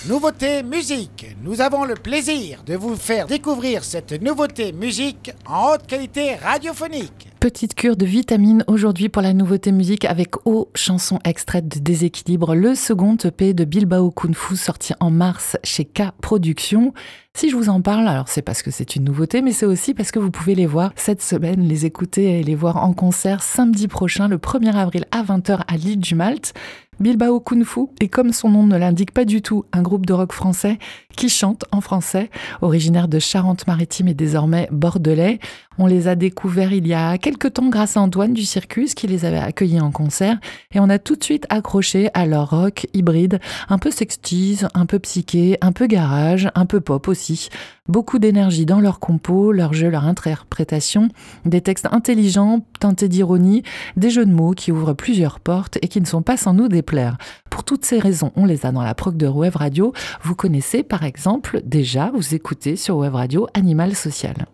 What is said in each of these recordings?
Nouveauté musique. Nous avons le plaisir de vous faire découvrir cette nouveauté musique en haute qualité radiophonique. Petite cure de vitamines aujourd'hui pour la nouveauté musique avec chanson extraite de Déséquilibre, le second EP de Bilbao Kung Fu sorti en mars chez K Productions. Si je vous en parle, alors c'est parce que c'est une nouveauté, mais c'est aussi parce que vous pouvez les voir cette semaine, les écouter et les voir en concert samedi prochain, le 1er avril à 20h à l'île du Malte. Bilbao Kung Fu est, comme son nom ne l'indique pas du tout, un groupe de rock français qui chante en français, originaire de Charente-Maritime et désormais bordelais. On les a découverts il y a quelques temps grâce à Antoine du Circus qui les avait accueillis en concert et on a tout de suite accroché à leur rock hybride, un peu sixties, un peu psyché, un peu garage, un peu pop aussi. Beaucoup d'énergie dans leurs compos, leur jeu, leur interprétation, des textes intelligents, teintés d'ironie, des jeux de mots qui ouvrent plusieurs portes et qui ne sont pas sans nous déplaire. Pour toutes ces raisons, on les a dans la prog de Web Radio. Vous connaissez par exemple déjà, vous écoutez sur Web Radio Animal Social.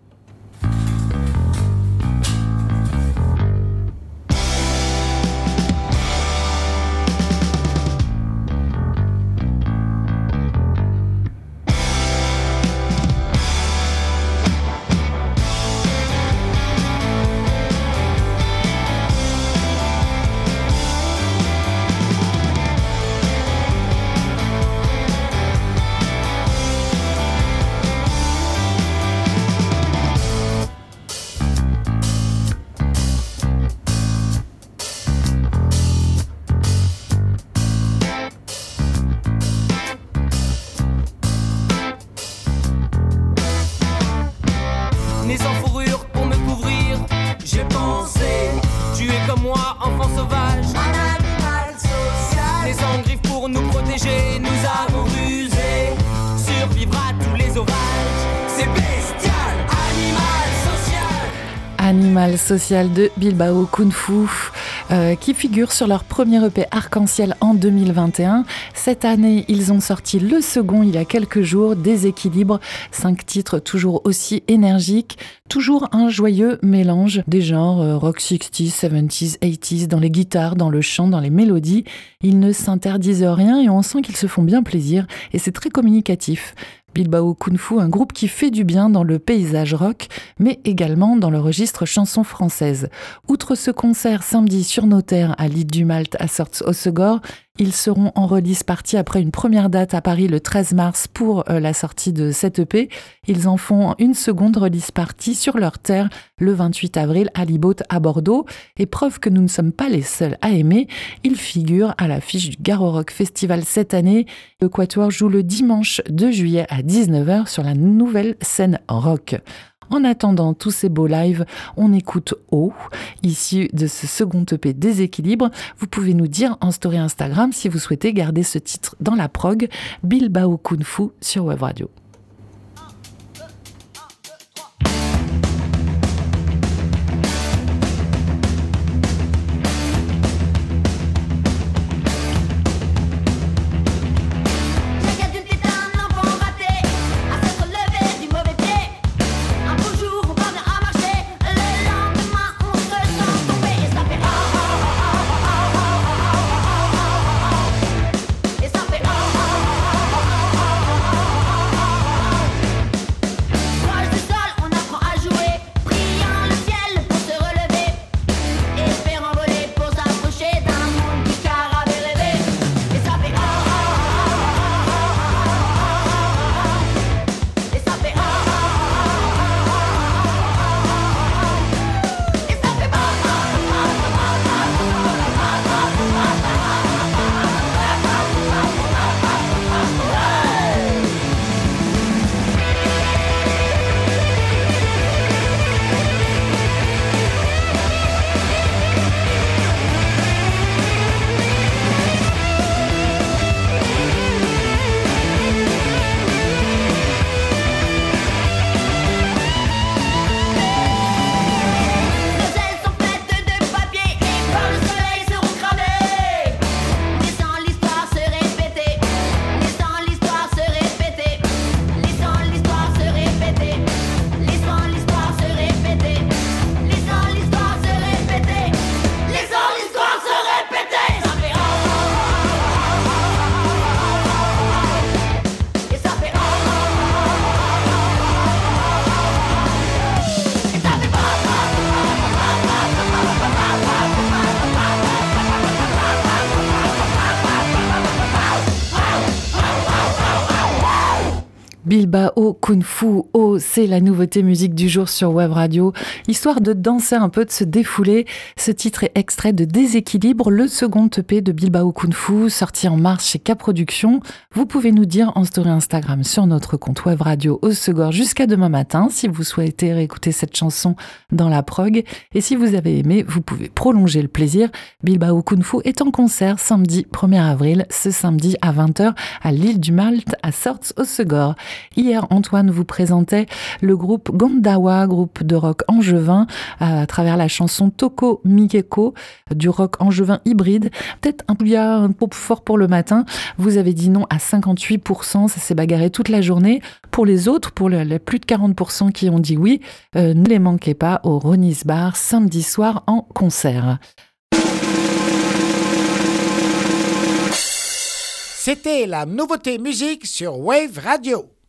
Né sans fourrure pour me couvrir, j'ai pensé, tu es comme moi, enfant sauvage, un animal social. Né sans griffes pour nous protéger, nous avons rusé, survivre à tous les orages, c'est bestial, animal social. Animal Social de Bilbao Kung Fu, qui figure sur leur premier EP Arc-en-Ciel en 2021. Cette année, ils ont sorti le second il y a quelques jours, Déséquilibre, 5 titres toujours aussi énergiques, toujours un joyeux mélange des genres rock 60s, 70s, 80s, dans les guitares, dans le chant, dans les mélodies. Ils ne s'interdisent rien et on sent qu'ils se font bien plaisir et c'est très communicatif. Bilbao Kung Fu, un groupe qui fait du bien dans le paysage rock, mais également dans le registre chanson française. Outre ce concert samedi sur nos terres à l'île du Malte à Sorts-Hossegor, ils seront en release party après une première date à Paris le 13 mars pour la sortie de cette EP. Ils en font une seconde release party sur leur terre le 28 avril à Libot à Bordeaux. Et preuve que nous ne sommes pas les seuls à aimer, ils figurent à l'affiche du Garo Rock Festival cette année. Le Quatuor joue le dimanche 2 juillet à 19h sur la nouvelle scène rock. En attendant tous ces beaux lives, on écoute O, issu de ce second EP Déséquilibre. Vous pouvez nous dire en story Instagram si vous souhaitez garder ce titre dans la prog, Bilbao Kung Fu sur Web Radio. Et ça fait Bilbao Kung Fu, oh, c'est la nouveauté musique du jour sur Web Radio. Histoire de danser un peu, de se défouler, ce titre est extrait de Déséquilibre, le second EP de Bilbao Kung Fu, sorti en mars chez K Productions. Vous pouvez nous dire en story Instagram sur notre compte Web Radio au Segor jusqu'à demain matin si vous souhaitez réécouter cette chanson dans la prog. Et si vous avez aimé, vous pouvez prolonger le plaisir. Bilbao Kung Fu est en concert samedi 1er avril, ce samedi à 20h à l'île du Malte à Sorts au Segor. Hier, Antoine vous présentait le groupe Gondawa, groupe de rock angevin, à travers la chanson Toko Mikeko, du rock angevin hybride. Peut-être un peu fort pour le matin. Vous avez dit non à 58%, ça s'est bagarré toute la journée. Pour les autres, pour les plus de 40% qui ont dit oui, ne les manquez pas au Ronnie's Bar samedi soir en concert. C'était la nouveauté musique sur Wave Radio.